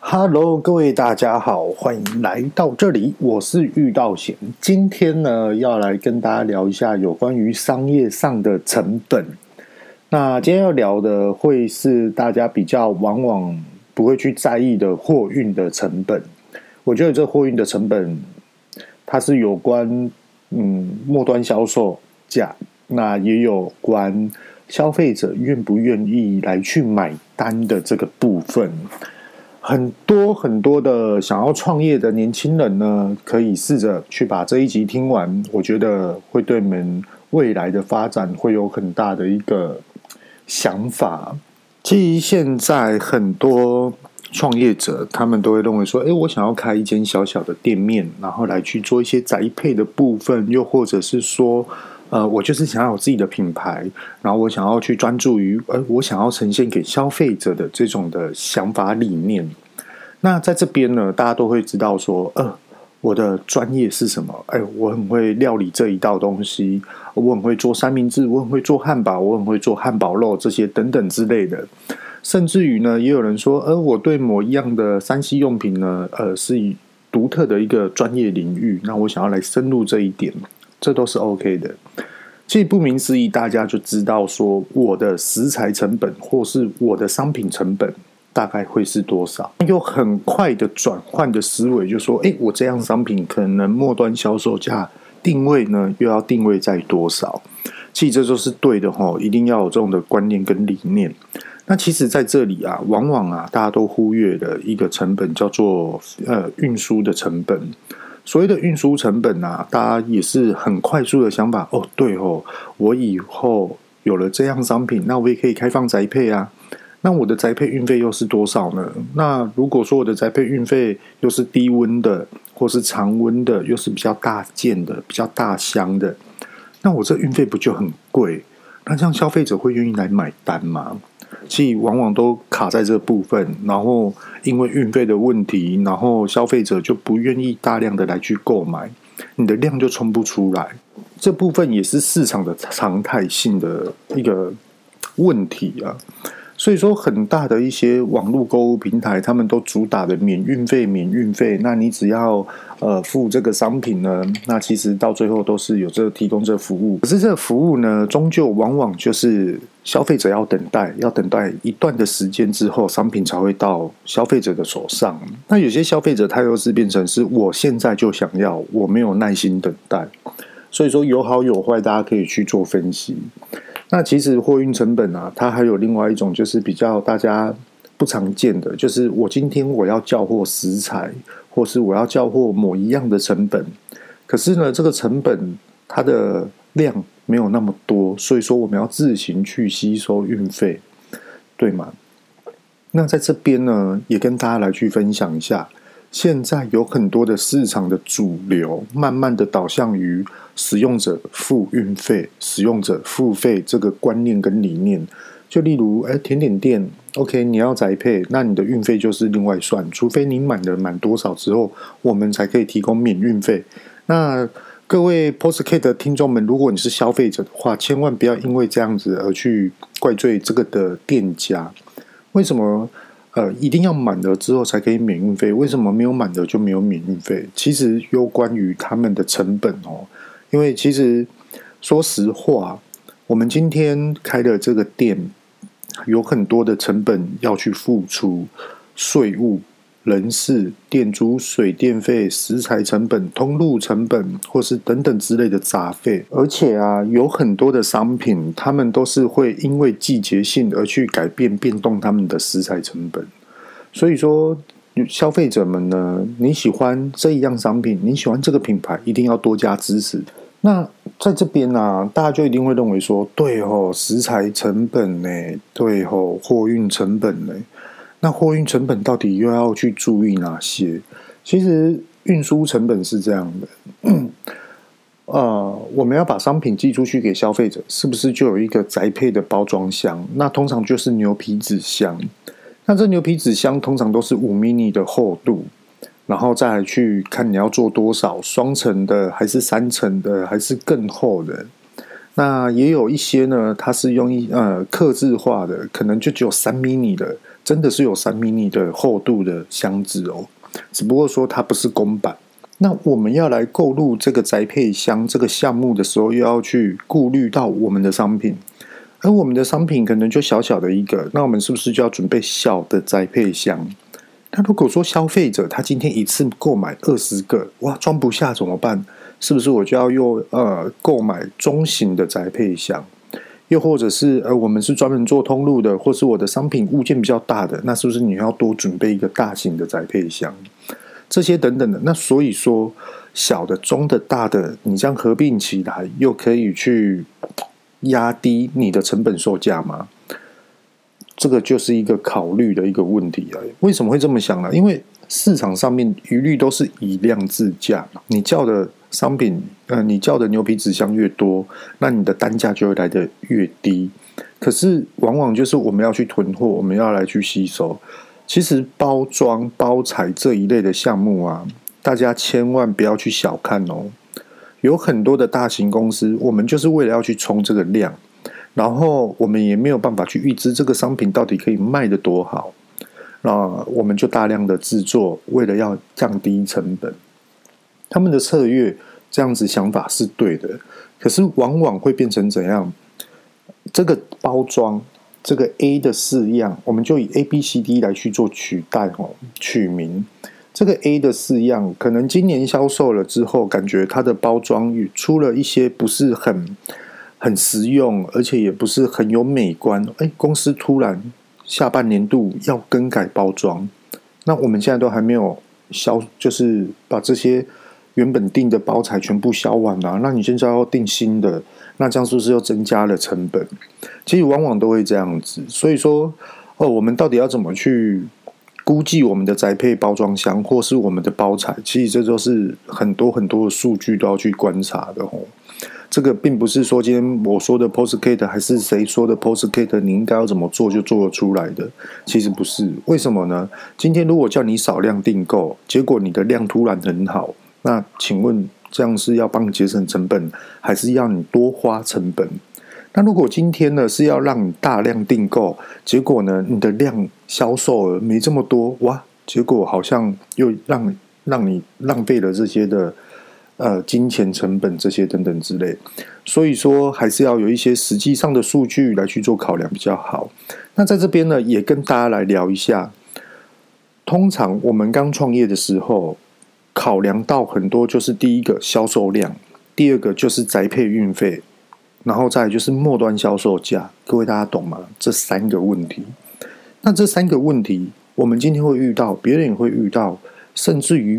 Hello，各位大家好，欢迎来到这里，我是玉道贤。今天呢，要来跟大家聊一下有关于商业上的成本。那今天要聊的会是大家比较往往不会去在意的货运的成本。我觉得这货运的成本，它是有关末端销售价，那也有关消费者愿不愿意来去买单的这个部分。很多的想要创业的年轻人呢，可以试着去把这一集听完，我觉得会对你们未来的发展会有很大的一个想法。其实现在很多创业者，他们都会认为说，我想要开一间小小的店面，然后来去做一些宅配的部分，又或者是说我就是想要有自己的品牌，然后我想要去专注于我想要呈现给消费者的这种的想法理念。那在这边呢，大家都会知道说我的专业是什么？我很会料理这一道东西，我很会做三明治，我很会做汉堡，我很会做汉堡肉，这些等等之类的。甚至于呢，也有人说我对某一样的3C 用品呢是以独特的一个专业领域，那我想要来深入这一点，这都是 OK 的。其实顾名思义，大家就知道说我的食材成本或是我的商品成本大概会是多少，有很快的转换的思维，就说我这样商品可能末端销售价定位呢又要定位在多少。其实这就是对的一定要有这种的观念跟理念。那其实在这里啊，往往大家都忽略了一个成本，叫做运输的成本。所谓的运输成本大家也是很快速的想法对我以后有了这样商品，那我也可以开放宅配啊。那我的宅配运费又是多少呢？那如果说我的宅配运费又是低温的，或是常温的，又是比较大件的、比较大箱的，那我这运费不就很贵？那这样消费者会愿意来买单吗？其实往往都卡在这部分，然后因为运费的问题，然后消费者就不愿意大量的来去购买，你的量就冲不出来。这部分也是市场的常态性的一个问题啊。所以说很大的一些网络购物平台，他们都主打的免运费，那你只要付这个商品呢，那其实到最后都是有这提供这服务。可是这个服务呢，终究往往就是消费者要等待一段的时间之后，商品才会到消费者的手上。那有些消费者他又是变成是我现在就想要，我没有耐心等待。所以说有好有坏，大家可以去做分析。那其实货运成本它还有另外一种，就是比较大家不常见的，就是我今天我要叫货食材，或是我要叫货某一样的成本，可是呢，这个成本它的量没有那么多，所以说我们要自行去吸收运费，对吗？那在这边呢，也跟大家来去分享一下，现在有很多的市场的主流，慢慢的导向于使用者付运费、使用者付费这个观念跟理念。就例如甜点店 OK， 你要宅配，那你的运费就是另外算，除非你满多少之后，我们才可以提供免运费。那各位 Podcast 的听众们，如果你是消费者的话，千万不要因为这样子而去怪罪这个的店家。为什么一定要满了之后才可以免运费？为什么没有满的就没有免运费？其实有关于他们的成本因为其实说实话，我们今天开的这个店有很多的成本要去付出，税务、人事、店租、水电费、食材成本、通路成本，或是等等之类的杂费。而且有很多的商品，他们都是会因为季节性而去变动他们的食材成本。所以说消费者们呢，你喜欢这一样商品，你喜欢这个品牌，一定要多加支持。那在这边大家就一定会认为说，对食材成本呢，对货运成本呢，那货运成本到底又要去注意哪些？其实运输成本是这样的，我们要把商品寄出去给消费者，是不是就有一个宅配的包装箱？那通常就是牛皮纸箱。那这牛皮纸箱通常都是5mm的厚度，然后再来去看你要做多少，双层的还是3层的还是更厚的。那也有一些呢，它是用客制化的，可能就只有3mm的真的是有3mm的厚度的箱子哦，只不过说它不是公版。那我们要来购入这个宅配箱这个项目的时候，又要去顾虑到我们的商品，而我们的商品可能就小小的一个，那我们是不是就要准备小的宅配箱？那如果说消费者他今天一次购买20个，哇，装不下怎么办？是不是我就要购买中型的宅配箱？又或者是我们是专门做通路的，或是我的商品物件比较大的，那是不是你要多准备一个大型的宅配箱？这些等等的，那所以说小的、中的、大的，你这样合并起来，又可以去压低你的成本售价吗？这个就是一个考虑的一个问题啊。为什么会这么想呢？因为市场上面一律都是以量制价，你叫的商品，你叫的牛皮纸箱越多，那你的单价就会来得越低。可是往往就是我们要去囤货，我们要来去吸收。其实包装、包材这一类的项目啊，大家千万不要去小看哦。有很多的大型公司，我们就是为了要去冲这个量。然后我们也没有办法去预知这个商品到底可以卖得多好，那我们就大量的制作，为了要降低成本。他们的策略这样子想法是对的，可是往往会变成怎样？这个包装，这个 A 的4样，我们就以 ABCD 来去做取名。这个 A 的4样，可能今年销售了之后，感觉它的包装出了一些不是很实用，而且也不是很有美观。公司突然下半年度要更改包装，那我们现在都还没有就是把这些原本订的包材全部销完了，那你现在要订新的，那这样是不是又增加了成本？其实往往都会这样子。所以说，我们到底要怎么去估计我们的宅配包装箱或是我们的包材？其实这都是很多很多的数据都要去观察的哦。这个并不是说今天我说的 Postgate 还是谁说的 Postgate 你应该要怎么做就做得出来的，其实不是。为什么呢？今天如果叫你少量订购，结果你的量突然很好，那请问这样是要帮你节省成本，还是要你多花成本？那如果今天呢是要让你大量订购，结果呢你的量销售额没这么多，哇，结果好像又让你浪费了这些的金钱成本这些等等之类，所以说还是要有一些实际上的数据来去做考量比较好。那在这边呢，也跟大家来聊一下，通常我们刚创业的时候，考量到很多就是第一个销售量，第二个就是宅配运费，然后再来就是末端销售价。各位大家懂吗？这3个问题。那这3个问题，我们今天会遇到，别人也会遇到，甚至于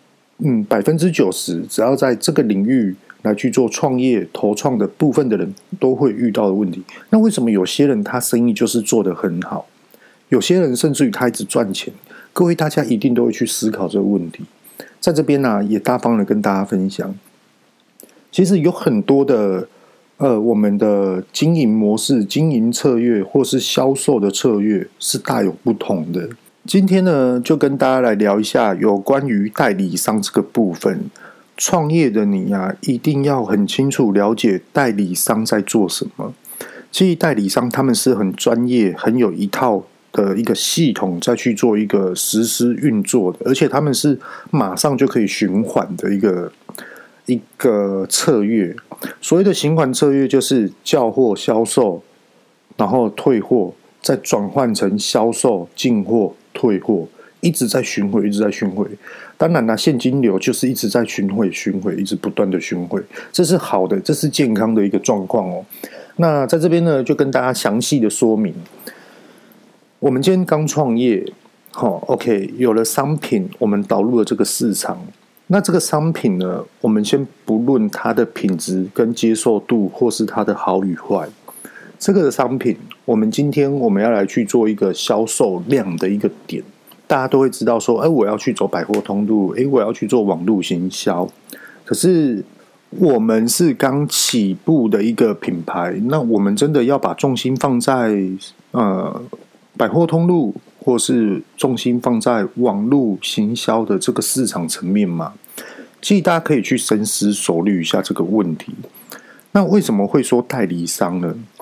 90%只要在这个领域来去做创业投创的部分的人都会遇到的问题。那为什么有些人他生意就是做得很好，有些人甚至于他一直赚钱？各位大家一定都会去思考这个问题。在这边呢，也大方的跟大家分享，其实有很多的我们的经营模式、经营策略或是销售的策略是大有不同的。今天呢，就跟大家来聊一下有关于代理商这个部分。创业的你啊，一定要很清楚了解代理商在做什么。其实代理商他们是很专业、很有一套的一个系统再去做一个实施运作的，而且他们是马上就可以循环的一个策略。所谓的循环策略，就是叫货、销售，然后退货，再转换成销售、进货、退货，一直在巡回，一直在巡回。当然啦，现金流就是一直在巡回，一直不断的巡回，这是好的，这是健康的一个状况哦。那在这边呢，就跟大家详细的说明，我们今天刚创业，OK， 有了商品，我们导入了这个市场。那这个商品呢，我们先不论它的品质跟接受度，或是它的好与坏，这个商品，我们今天我们要来去做一个销售量的一个点，大家都会知道说，我要去走百货通路，我要去做网络行销。可是我们是刚起步的一个品牌，那我们真的要把重心放在百货通路，或是重心放在网络行销的这个市场层面嘛？其实大家可以去深思熟虑一下这个问题。那为什么会说代理商呢？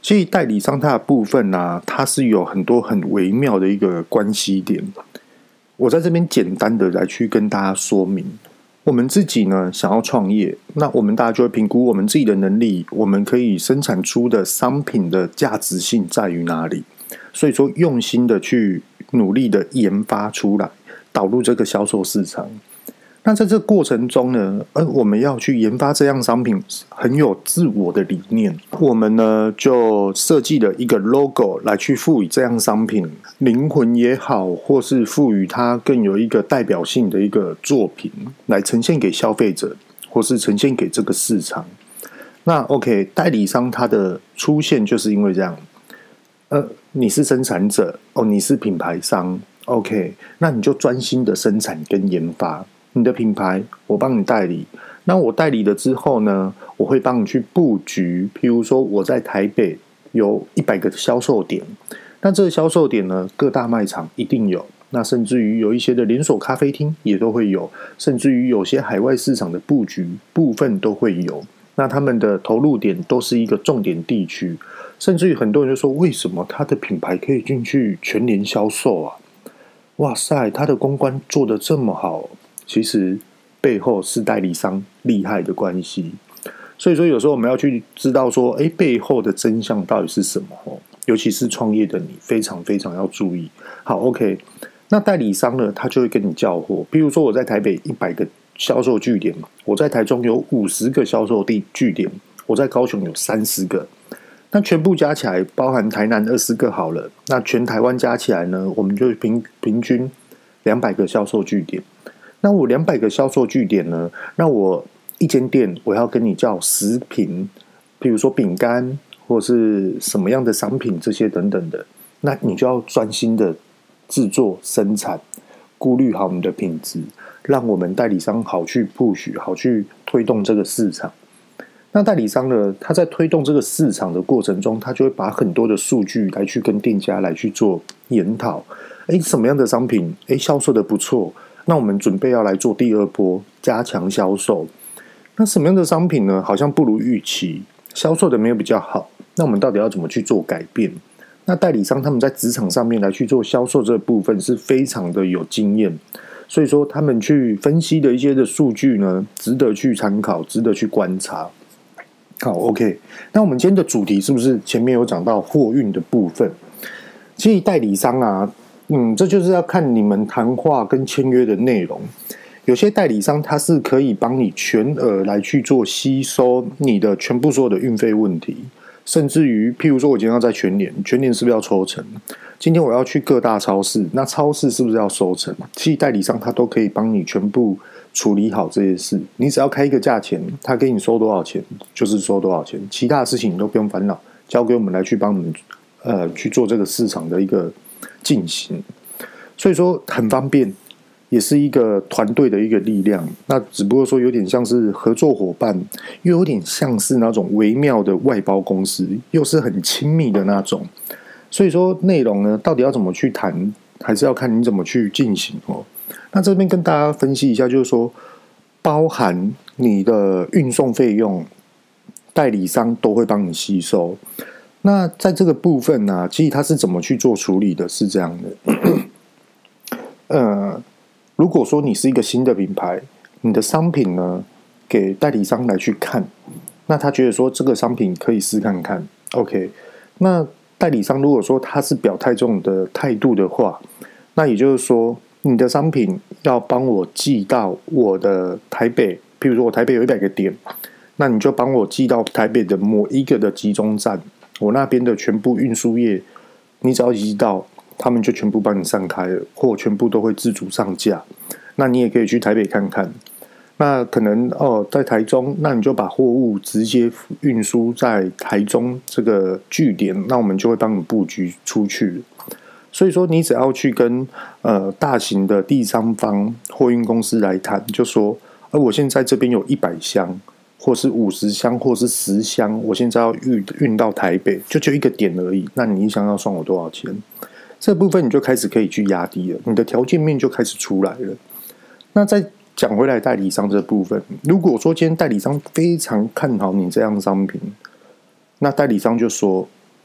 所以代理商它的部分啊，它是有很多很微妙的一个关系点。我在这边简单的来去跟大家说明。我们自己呢想要创业，那我们大家就会评估我们自己的能力，我们可以生产出的商品的价值性在于哪里。所以说用心的去努力的研发出来，导入这个销售市场。那在这个过程中呢，我们要去研发这样商品，很有自我的理念。我们呢就设计了一个 logo 来去赋予这样商品灵魂也好，或是赋予它更有一个代表性的一个作品，来呈现给消费者，或是呈现给这个市场。那 OK， 代理商它的出现就是因为这样。你是生产者你是品牌商 OK， 那你就专心的生产跟研发。你的品牌我帮你代理，那我代理了之后呢，我会帮你去布局。譬如说我在台北有100个销售点，那这个销售点呢，各大卖场一定有，那甚至于有一些的连锁咖啡厅也都会有，甚至于有些海外市场的布局部分都会有。那他们的投入点都是一个重点地区，甚至于很多人就说，为什么他的品牌可以进去全联销售啊？哇塞，他的公关做得这么好，其实背后是代理商厉害的关系。所以说有时候我们要去知道说，背后的真相到底是什么，尤其是创业的你非常非常要注意。好 OK， 那代理商呢，他就会跟你叫货。比如说我在台北100个销售据点，我在台中有50个销售据点，我在高雄有30个，那全部加起来包含台南20个好了，那全台湾加起来呢，我们就平均200个销售据点。那我200个销售据点呢，那我一间店我要跟你叫食品，譬如说饼干或是什么样的商品这些等等的，那你就要专心的制作生产，顾虑好你的品质，让我们代理商好去push，好去推动这个市场。那代理商呢，他在推动这个市场的过程中，他就会把很多的数据来去跟店家来去做研讨。什么样的商品销售的不错，那我们准备要来做第2波加强销售。那什么样的商品呢，好像不如预期，销售的没有比较好，那我们到底要怎么去做改变？那代理商他们在职场上面来去做销售这部分是非常的有经验，所以说他们去分析的一些的数据呢，值得去参考，值得去观察。好 OK， 那我们今天的主题是不是前面有讲到货运的部分？其实代理商啊，这就是要看你们谈话跟签约的内容。有些代理商他是可以帮你全额来去做吸收你的全部所有的运费问题，甚至于譬如说我今天要在全联是不是要抽成？今天我要去各大超市，那超市是不是要收成？其实代理商他都可以帮你全部处理好这些事，你只要开一个价钱，他给你收多少钱就是收多少钱，其他的事情你都不用烦恼，交给我们来去帮你们去做这个市场的一个进行。所以说很方便，也是一个团队的一个力量。那只不过说有点像是合作伙伴，又有点像是那种微妙的外包公司，又是很亲密的那种。所以说内容呢，到底要怎么去谈，还是要看你怎么去进行哦。那这边跟大家分析一下，就是说包含你的运送费用，代理商都会帮你吸收。那在这个部分呢，其实它是怎么去做处理的？是这样的，如果说你是一个新的品牌，你的商品呢给代理商来去看，那他觉得说这个商品可以试看看 ，OK。那代理商如果说他是表态这种的态度的话，那也就是说你的商品要帮我寄到我的台北，譬如说我台北有100个点，那你就帮我寄到台北的某一个的集中站，我那边的全部运输业，你只要寄到，他们就全部帮你散开了，货全部都会自主上架。那你也可以去台北看看。那可能在台中，那你就把货物直接运输在台中这个据点，那我们就会帮你布局出去。所以说，你只要去跟大型的第三方货运公司来谈，就说，我现在这边有100箱，或是50箱，或是10箱，我现在要运到台北，就一个点而已。那你一箱要算我多少钱？这部分你就开始可以去压低了，你的条件面就开始出来了。那再讲回来代理商这部分，如果说今天代理商非常看好你这样商品，那代理商就说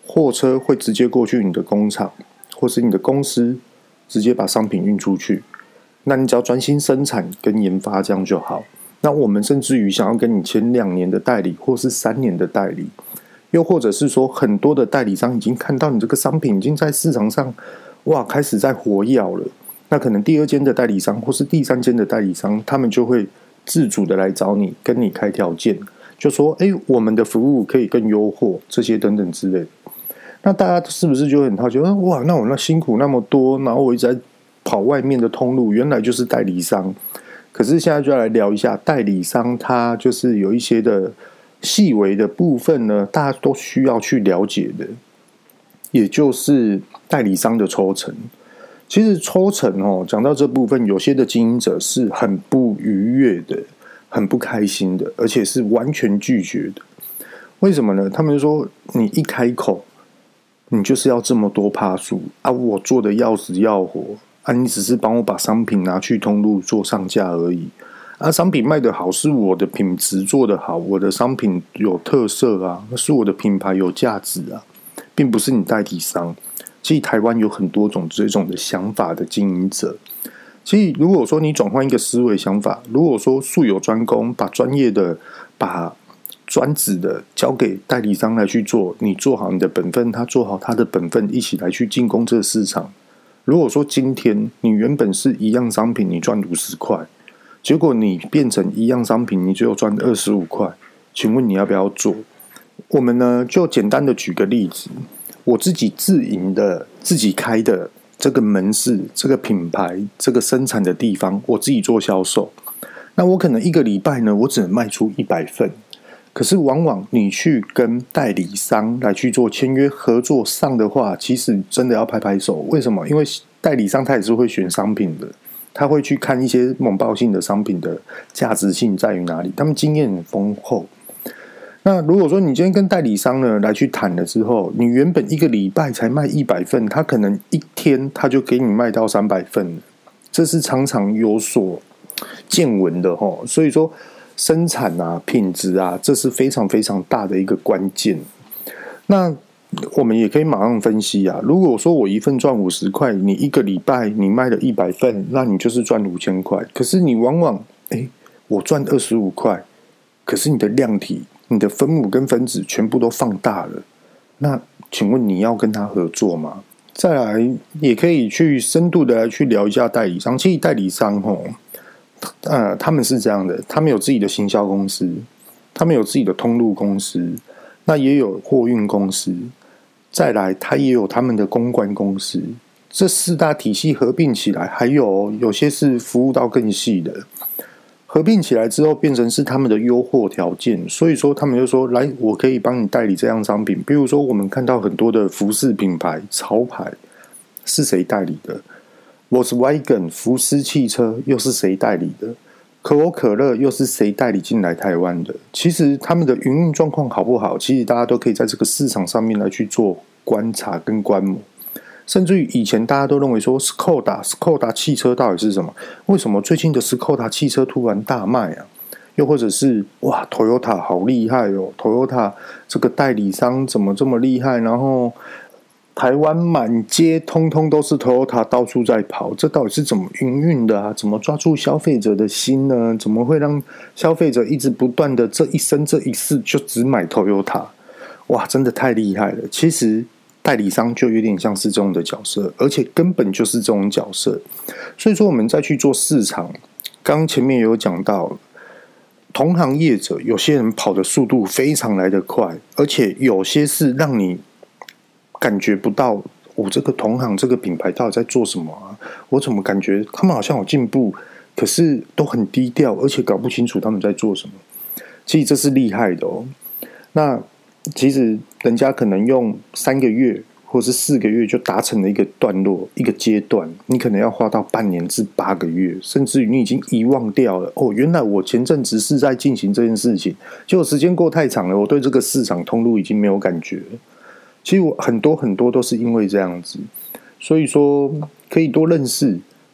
货车会直接过去你的工厂或是你的公司，直接把商品运出去。那你只要专心生产跟研发，这样就好。那我们甚至于想要跟你签2年的代理，或是3年的代理，又或者是说很多的代理商已经看到你这个商品已经在市场上开始在活跃了，那可能第2间的代理商或是第3间的代理商，他们就会自主的来找你，跟你开条件，就说我们的服务可以更优惠，这些等等之类的。那大家是不是就很好奇，那我那辛苦那么多，然后我一直在跑外面的通路，原来就是代理商。可是现在就要来聊一下代理商，它就是有一些的细微的部分呢，大家都需要去了解的，也就是代理商的抽成。其实抽成讲到这部分，有些的经营者是很不愉悦的，很不开心的，而且是完全拒绝的。为什么呢？他们就说你一开口，你就是要这么多趴数啊！我做的要死要活啊！你只是帮我把商品拿去通路做上架而已啊！商品卖得好是我的品质做得好，我的商品有特色啊，是我的品牌有价值啊，并不是你代理商。其实台湾有很多种这种的想法的经营者。其实如果说你转换一个思维想法，如果说术有专攻，把专业的、把专职的交给代理商来去做，你做好你的本分，他做好他的本分，一起来去进攻这个市场。如果说今天你原本是一样商品你赚50块，结果你变成一样商品你只有赚25块，请问你要不要做？我们呢就简单的举个例子，我自己自营的、自己开的这个门市、这个品牌、这个生产的地方，我自己做销售。那我可能1个礼拜呢，我只能卖出100份。可是往往你去跟代理商来去做签约合作上的话，其实真的要拍拍手。为什么？因为代理商他也是会选商品的，他会去看一些猛爆性的商品的价值性在于哪里，他们经验很丰厚。那如果说你今天跟代理商呢来去谈了之后，你原本1个礼拜才卖100份，他可能1天他就给你卖到300份，这是常常有所见闻的齁。所以说生产啊、品质啊，这是非常非常大的一个关键。那我们也可以马上分析啊，如果说我一份赚50块，你1个礼拜你卖了100份，那你就是赚5000块。可是你往往我赚25块，可是你的量体、你的分母跟分子全部都放大了，那请问你要跟他合作吗？再来也可以去深度的来去聊一下代理商。其实代理商他们是这样的，他们有自己的行销公司，他们有自己的通路公司，那也有货运公司，再来他也有他们的公关公司。这4大体系合并起来，还有些是服务到更细的，合并起来之后变成是他们的优惠条件。所以说他们就说，来，我可以帮你代理这样商品。比如说我们看到很多的服饰品牌潮牌是谁代理的？Volkswagen 福斯汽车又是谁代理的？可口可乐又是谁代理进来台湾的？其实他们的营运状况好不好，其实大家都可以在这个市场上面来去做观察跟观摩。甚至于以前大家都认为说 Skoda 汽车到底是什么？为什么最近的 Skoda 汽车突然大卖啊？又或者是Toyota 好厉害哦， Toyota 这个代理商怎么这么厉害？然后台湾满街通通都是 Toyota 到处在跑，这到底是怎么营运的啊？怎么抓住消费者的心呢？怎么会让消费者一直不断的这一生这一世就只买 Toyota？ 哇，真的太厉害了！其实代理商就有点像是这种的角色，而且根本就是这种角色。所以说我们再去做市场，刚前面有讲到同行业者，有些人跑的速度非常来得快，而且有些是让你感觉不到我这个同行这个品牌到底在做什么啊？我怎么感觉他们好像有进步，可是都很低调，而且搞不清楚他们在做什么。其实这是厉害的哦。那其实人家可能用3个月或是4个月就达成了一个段落、一个阶段，你可能要花到半年至8个月，甚至于你已经遗忘掉了。原来我前阵子是在进行这件事情，结果时间过太长了，我对这个市场通路已经没有感觉了。其实我很多都是因为这样子，所以说可以多认识，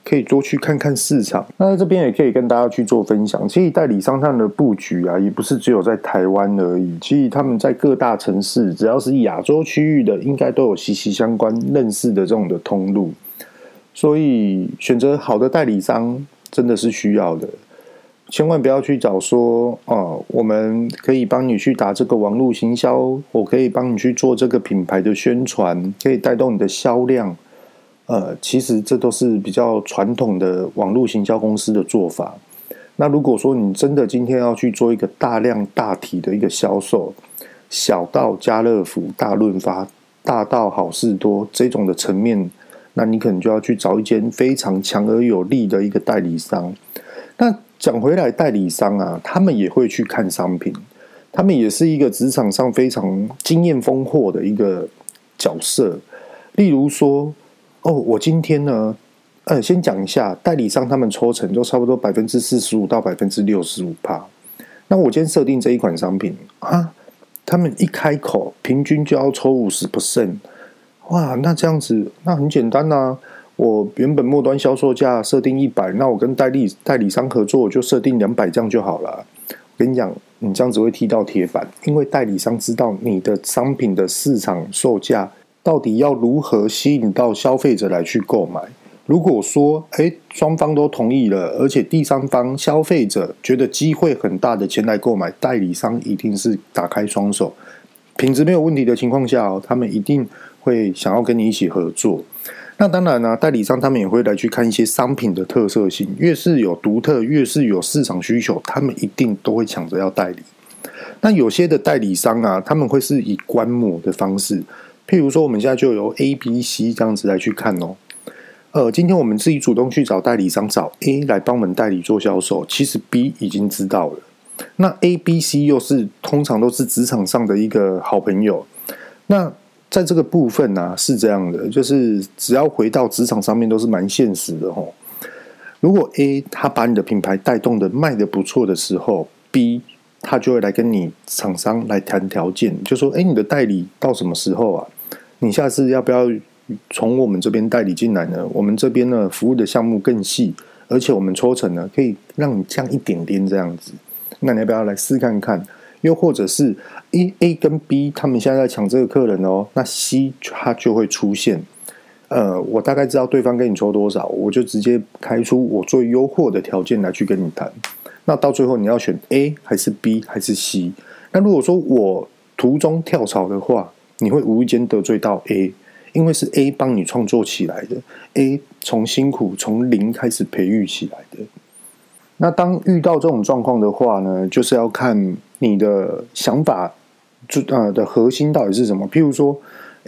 可以多去看看市场。那在这边也可以跟大家去做分享，其实代理商他们的布局啊，也不是只有在台湾而已，其实他们在各大城市，只要是亚洲区域的，应该都有息息相关认识的这种的通路。所以选择好的代理商真的是需要的，千万不要去找说我们可以帮你去打这个网络行销，我可以帮你去做这个品牌的宣传，可以带动你的销量。其实这都是比较传统的网络行销公司的做法。那如果说你真的今天要去做一个大量大体的一个销售，小到家乐福、大润发，大到好事多这种的层面，那你可能就要去找一间非常强而有力的一个代理商。那讲回来，代理商啊，他们也会去看商品，他们也是一个职场上非常经验丰厚的一个角色。例如说，我今天呢，先讲一下代理商他们抽成就差不多45%到65%。那我今天设定这一款商品啊，他们一开口平均就要抽50%。哇，那这样子，那很简单啊。我原本末端销售价设定100，那我跟代理商合作，我就设定200，这样就好了。我跟你讲，你这样子会踢到铁板，因为代理商知道你的商品的市场售价到底要如何吸引到消费者来去购买。如果说双方都同意了，而且第三方消费者觉得机会很大的前来购买，代理商一定是打开双手，品质没有问题的情况下他们一定会想要跟你一起合作。那当然代理商他们也会来去看一些商品的特色性，越是有独特，越是有市场需求，他们一定都会抢着要代理。那有些的代理商啊，他们会是以观摩的方式，譬如说我们现在就由 A、B、C 这样子来去看今天我们自己主动去找代理商，找 A 来帮我们代理做销售，其实 B 已经知道了。那 A、B、C 又是通常都是职场上的一个好朋友。那在这个部分是这样的，就是只要回到职场上面都是蛮现实的如果 A 他把你的品牌带动的卖的不错的时候， B 他就会来跟你厂商来谈条件，就说你的代理到什么时候啊？你下次要不要从我们这边代理进来呢？我们这边呢服务的项目更细，而且我们抽成呢可以让你降一点点这样子。那你要不要来试看看？又或者是 A 跟 B 他们现在在抢这个客人那 C 他就会出现我大概知道对方跟你抽多少，我就直接开出我最优渥的条件来去跟你谈。那到最后你要选 A 还是 B 还是 C？ 那如果说我途中跳槽的话，你会无意间得罪到 A， 因为是 A 帮你创作起来的， A 从辛苦从零开始培育起来的。那当遇到这种状况的话呢，就是要看你的想法的核心到底是什么。譬如说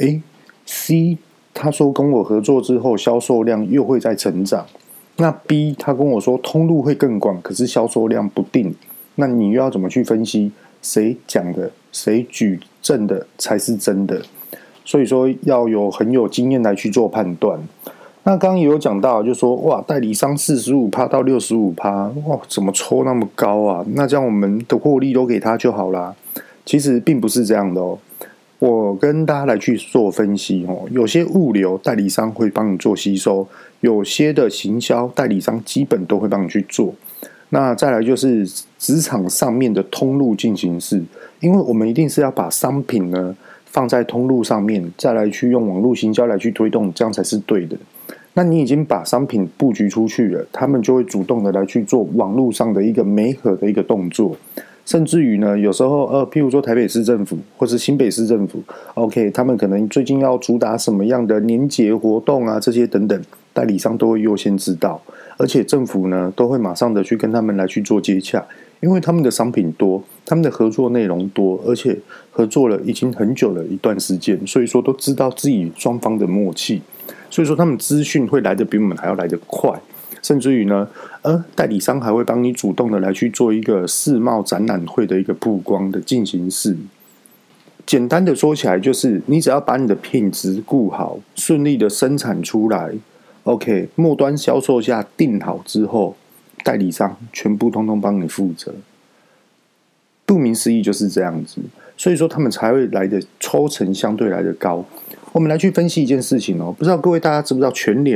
C 他说跟我合作之后销售量又会再成长，那 B 他跟我说通路会更广，可是销售量不定，那你又要怎么去分析谁讲的谁举证的才是真的？所以说要有很有经验来去做判断。那刚刚也有讲到，就说哇，代理商45%到65%，哇，怎么抽那么高啊？那这样我们的获利都给他就好啦。其实并不是这样的我跟大家来去做分析有些物流代理商会帮你做吸收，有些的行销代理商基本都会帮你去做。那再来就是职场上面的通路进行式，因为我们一定是要把商品呢放在通路上面，再来去用网络行销来去推动，这样才是对的。那你已经把商品布局出去了，他们就会主动的来去做网络上的一个媒合的一个动作，甚至于呢，有时候譬如说台北市政府或是新北市政府 ，OK， 他们可能最近要主打什么样的年节活动啊，这些等等，代理商都会优先知道，而且政府呢都会马上的去跟他们来去做接洽，因为他们的商品多，他们的合作内容多，而且合作了已经很久了一段时间，所以说都知道自己双方的默契。所以说他们资讯会来得比我们还要来得快，甚至于呢代理商还会帮你主动的来去做一个世贸展览会的一个曝光的进行式。简单的说起来，就是你只要把你的品质顾好，顺利的生产出来 OK， 末端销售价定好之后，代理商全部通通帮你负责。顾名思义就是这样子，所以说他们才会来的抽成相对来的高。我们来去分析一件事情不知道各位大家知不知道全联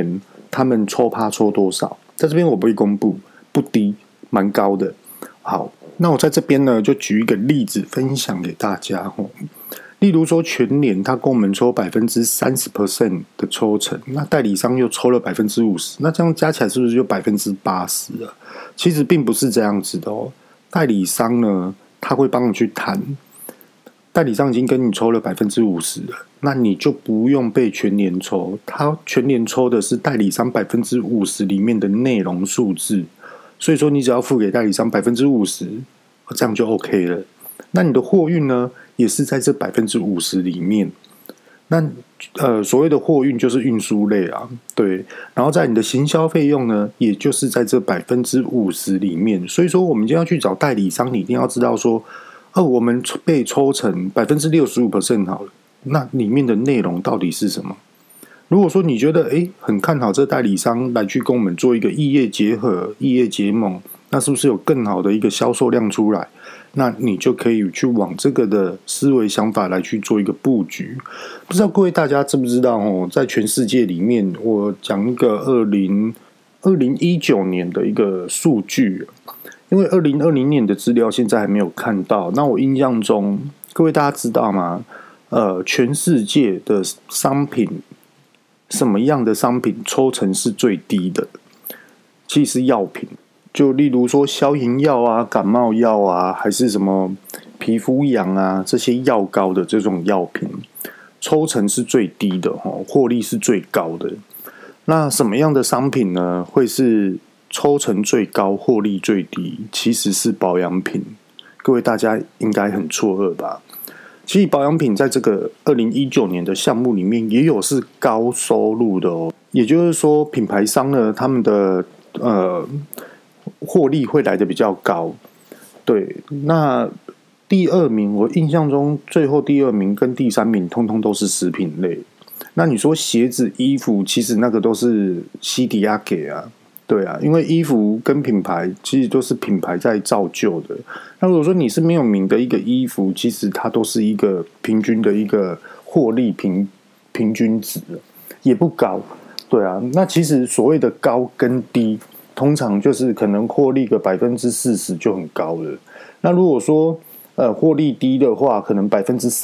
他们抽趴抽多少，在这边我不会公布，不低，蛮高的。好，那我在这边呢就举一个例子分享给大家。例如说全年他跟我们抽 30% 的抽成，那代理商又抽了 50%， 那这样加起来是不是就 80% 了？其实并不是这样子的哦。代理商呢他会帮你去谈，代理商已经跟你抽了 50% 了，那你就不用被全年抽，他全年抽的是代理商 50% 里面的内容数字，所以说你只要付给代理商 50%， 这样就 OK 了。那你的货运呢也是在这 50% 里面，那所谓的货运就是运输类啊，对，然后在你的行销费用呢也就是在这 50% 里面。所以说我们今天要去找代理商，你一定要知道说我们被抽成 65% 好了，那里面的内容到底是什么？如果说你觉得很看好这代理商来去跟我们做一个异业结合、异业结盟，那是不是有更好的一个销售量出来？那你就可以去往这个的思维想法来去做一个布局。不知道各位大家知不知道在全世界里面，我讲一个2019年的一个数据，因为2020年的资料现在还没有看到。那我印象中，各位大家知道吗？全世界的商品，什么样的商品抽成是最低的？其实是药品。就例如说消炎药啊、感冒药啊，还是什么皮肤痒啊，这些药膏的这种药品，抽成是最低的，获利是最高的。那什么样的商品呢，会是抽成最高、获利最低？其实是保养品。各位大家应该很错愕吧？其实保养品在这个2019年的项目里面，也有是高收入的哦。也就是说，品牌商呢，他们的获利会来的比较高。对，那第二名，我印象中最后第二名跟第三名通通都是食品类。那你说鞋子、衣服，其实那个都是西迪亚给啊，对啊，因为衣服跟品牌其实都是品牌在造就的。那如果说你是没有名的一个衣服，其实它都是一个平均的一个获利平均值，也不高。对啊，那其实所谓的高跟低，通常就是可能获利个 40% 就很高了。那如果说获利低的话，可能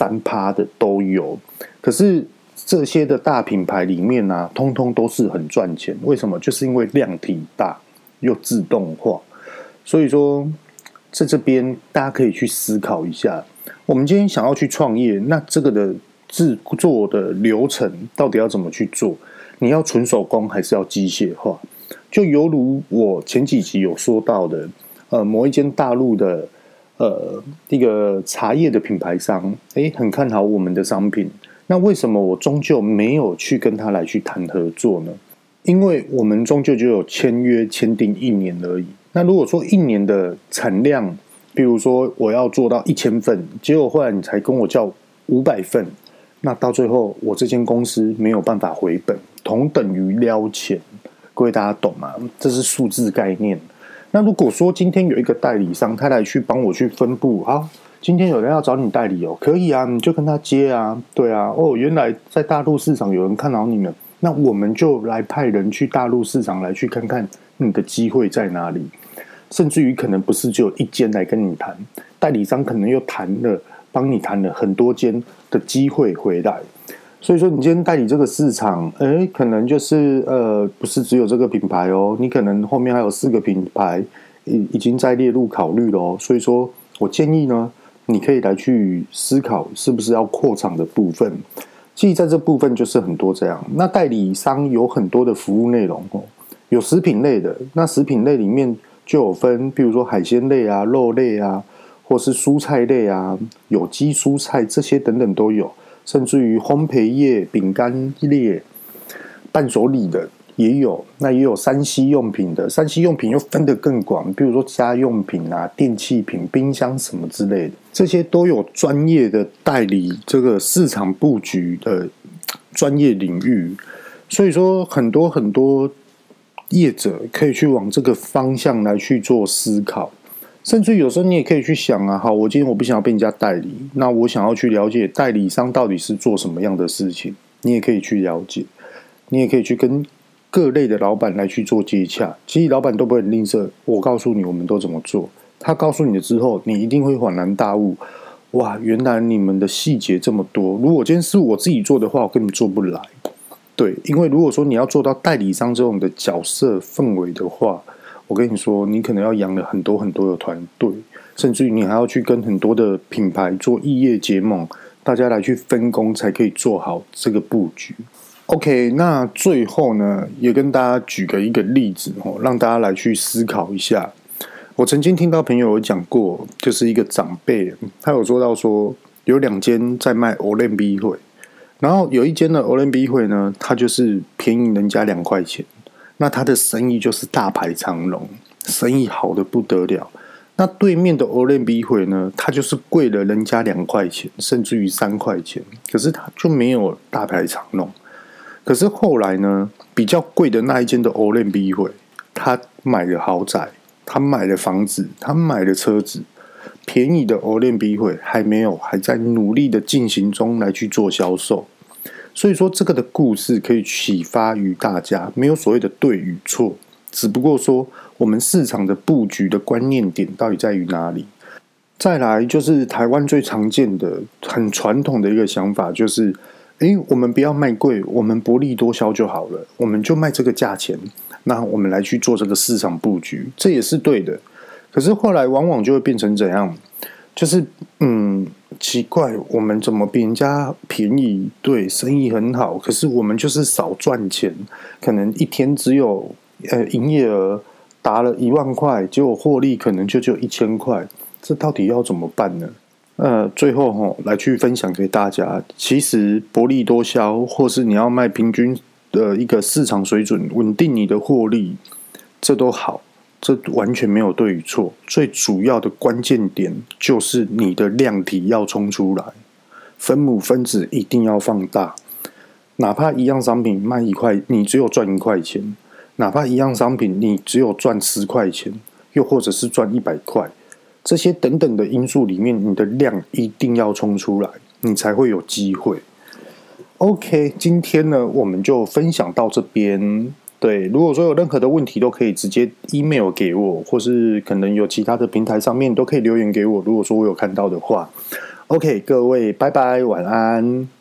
3% 的都有。可是这些的大品牌里面啊，通通都是很赚钱。为什么？就是因为量体大又自动化。所以说在这边大家可以去思考一下，我们今天想要去创业，那这个的制作的流程到底要怎么去做？你要纯手工还是要机械化？就犹如我前几集有说到的，某一间大陆的一个茶叶的品牌商，很看好我们的商品。那为什么我终究没有去跟他来去谈合作呢？因为我们终究就有签约签订1年而已。那如果说1年的产量，比如说我要做到1000份，结果后来你才跟我叫500份，那到最后我这间公司没有办法回本，同等于撩钱。各位大家懂吗？这是数字概念。那如果说今天有一个代理商，他来去帮我去分布，好，今天有人要找你代理哦，可以啊，你就跟他接啊，对啊，原来在大陆市场有人看好你们，那我们就来派人去大陆市场来去看看你的机会在哪里，甚至于可能不是只有一间来跟你谈，代理商可能又帮你谈了很多间的机会回来。所以说你今天代理这个市场，可能就是不是只有这个品牌哦，你可能后面还有4个品牌已经在列入考虑了哦。所以说我建议呢，你可以来去思考是不是要扩厂的部分。其实在这部分就是很多这样。那代理商有很多的服务内容哦，有食品类的，那食品类里面就有分，比如说海鲜类啊、肉类啊，或是蔬菜类啊、有机蔬菜这些等等都有。甚至于烘焙业、饼干业、伴手礼的也有，那也有3C 用品的，3C 用品又分得更广，比如说家用品啊、电器品、冰箱什么之类的，这些都有专业的代理这个市场布局的专业领域。所以说很多很多业者可以去往这个方向来去做思考。甚至有时候你也可以去想啊，好，我今天我不想要被人家代理，那我想要去了解代理商到底是做什么样的事情，你也可以去了解，你也可以去跟各类的老板来去做接洽。其实老板都不会很吝啬，我告诉你我们都怎么做。他告诉你了之后，你一定会恍然大悟，哇，原来你们的细节这么多。如果今天是我自己做的话，我根本做不来。对，因为如果说你要做到代理商这种的角色氛围的话，我跟你说，你可能要养了很多很多的团队，甚至于你还要去跟很多的品牌做异业结盟，大家来去分工，才可以做好这个布局。OK， 那最后呢，也跟大家举个一个例子让大家来去思考一下。我曾经听到朋友有讲过，就是一个长辈，他有说到说，有2间在卖 Olymp 会，然后有一间的 Olymp 会呢，它就是便宜人家2块钱，那他的生意就是大排长龙，生意好的不得了。那对面的 Olymp 会呢，它就是贵了人家2块钱，甚至于3块钱，可是它就没有大排长龙。可是后来呢，比较贵的那一间的 Olymp 会，他买了豪宅，他买了房子，他买了车子，便宜的 Olymp 会还没有，还在努力的进行中来去做销售。所以说这个的故事可以启发于大家，没有所谓的对与错，只不过说我们市场的布局的观念点到底在于哪里。再来就是台湾最常见的很传统的一个想法，就是我们不要卖贵，我们薄利多销就好了，我们就卖这个价钱，那我们来去做这个市场布局，这也是对的。可是后来往往就会变成怎样，就是奇怪，我们怎么比人家便宜？对，生意很好，可是我们就是少赚钱，可能一天只有营业额达了1万块，结果获利可能就只有1000块，这到底要怎么办呢？最后来去分享给大家，其实薄利多销，或是你要卖平均的一个市场水准，稳定你的获利，这都好，这完全没有对与错。最主要的关键点就是你的量体要冲出来，分母分子一定要放大。哪怕一样商品卖1块，你只有赚1块钱；哪怕一样商品你只有赚10块钱，又或者是赚100块。这些等等的因素里面，你的量一定要冲出来，你才会有机会。OK， 今天呢，我们就分享到这边。对，如果说有任何的问题，都可以直接 email 给我，或是可能有其他的平台上面都可以留言给我。如果说我有看到的话，OK， 各位，拜拜，晚安。